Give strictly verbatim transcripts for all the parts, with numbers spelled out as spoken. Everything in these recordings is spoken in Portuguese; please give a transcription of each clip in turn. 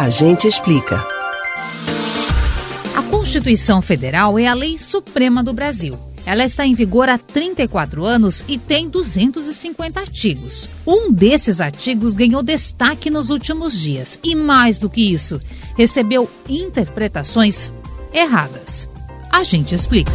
A gente explica. A Constituição Federal é a lei suprema do Brasil. Ela está em vigor há trinta e quatro anos e tem duzentos e cinquenta artigos. Um desses artigos ganhou destaque nos últimos dias e, mais do que isso, recebeu interpretações erradas. A gente explica.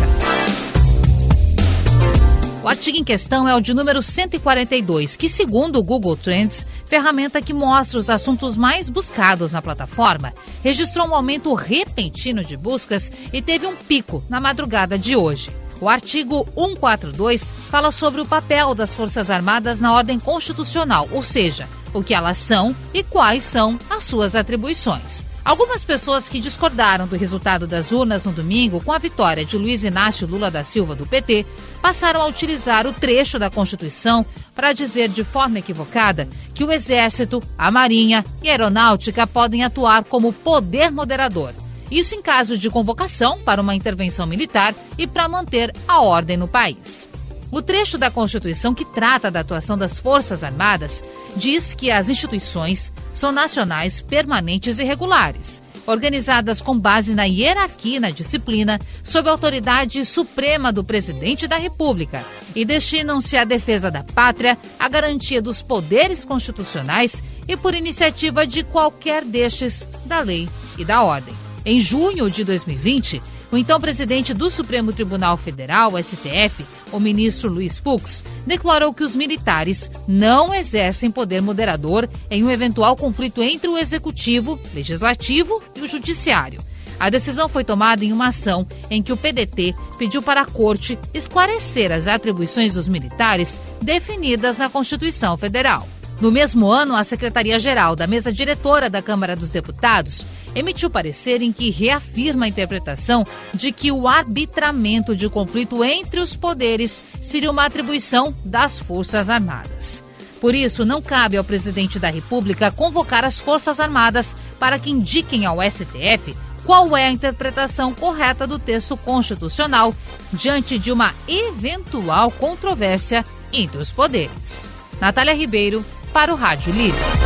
O artigo em questão é o de número cento e quarenta e dois, que, segundo o Google Trends, ferramenta que mostra os assuntos mais buscados na plataforma, registrou um aumento repentino de buscas e teve um pico na madrugada de hoje. O artigo cento e quarenta e dois fala sobre o papel das Forças Armadas na ordem constitucional, ou seja, o que elas são e quais são as suas atribuições. Algumas pessoas que discordaram do resultado das urnas no domingo com a vitória de Luiz Inácio Lula da Silva do P T passaram a utilizar o trecho da Constituição para dizer de forma equivocada que o Exército, a Marinha e a Aeronáutica podem atuar como poder moderador. Isso em caso de convocação para uma intervenção militar e para manter a ordem no país. O trecho da Constituição que trata da atuação das Forças Armadas diz que as instituições são nacionais, permanentes e regulares, organizadas com base na hierarquia e na disciplina, sob a autoridade suprema do Presidente da República, e destinam-se à defesa da pátria, à garantia dos poderes constitucionais e por iniciativa de qualquer destes da lei e da ordem. Em junho de dois mil e vinte, o então presidente do Supremo Tribunal Federal, S T F, o ministro Luiz Fux, declarou que os militares não exercem poder moderador em um eventual conflito entre o Executivo, Legislativo e o Judiciário. A decisão foi tomada em uma ação em que o P D T pediu para a Corte esclarecer as atribuições dos militares definidas na Constituição Federal. No mesmo ano, a Secretaria-Geral da Mesa Diretora da Câmara dos Deputados emitiu parecer em que reafirma a interpretação de que o arbitramento de conflito entre os poderes seria uma atribuição das Forças Armadas. Por isso, não cabe ao presidente da República convocar as Forças Armadas para que indiquem ao S T F qual é a interpretação correta do texto constitucional diante de uma eventual controvérsia entre os poderes. Natália Ribeiro, para o Rádio Livre.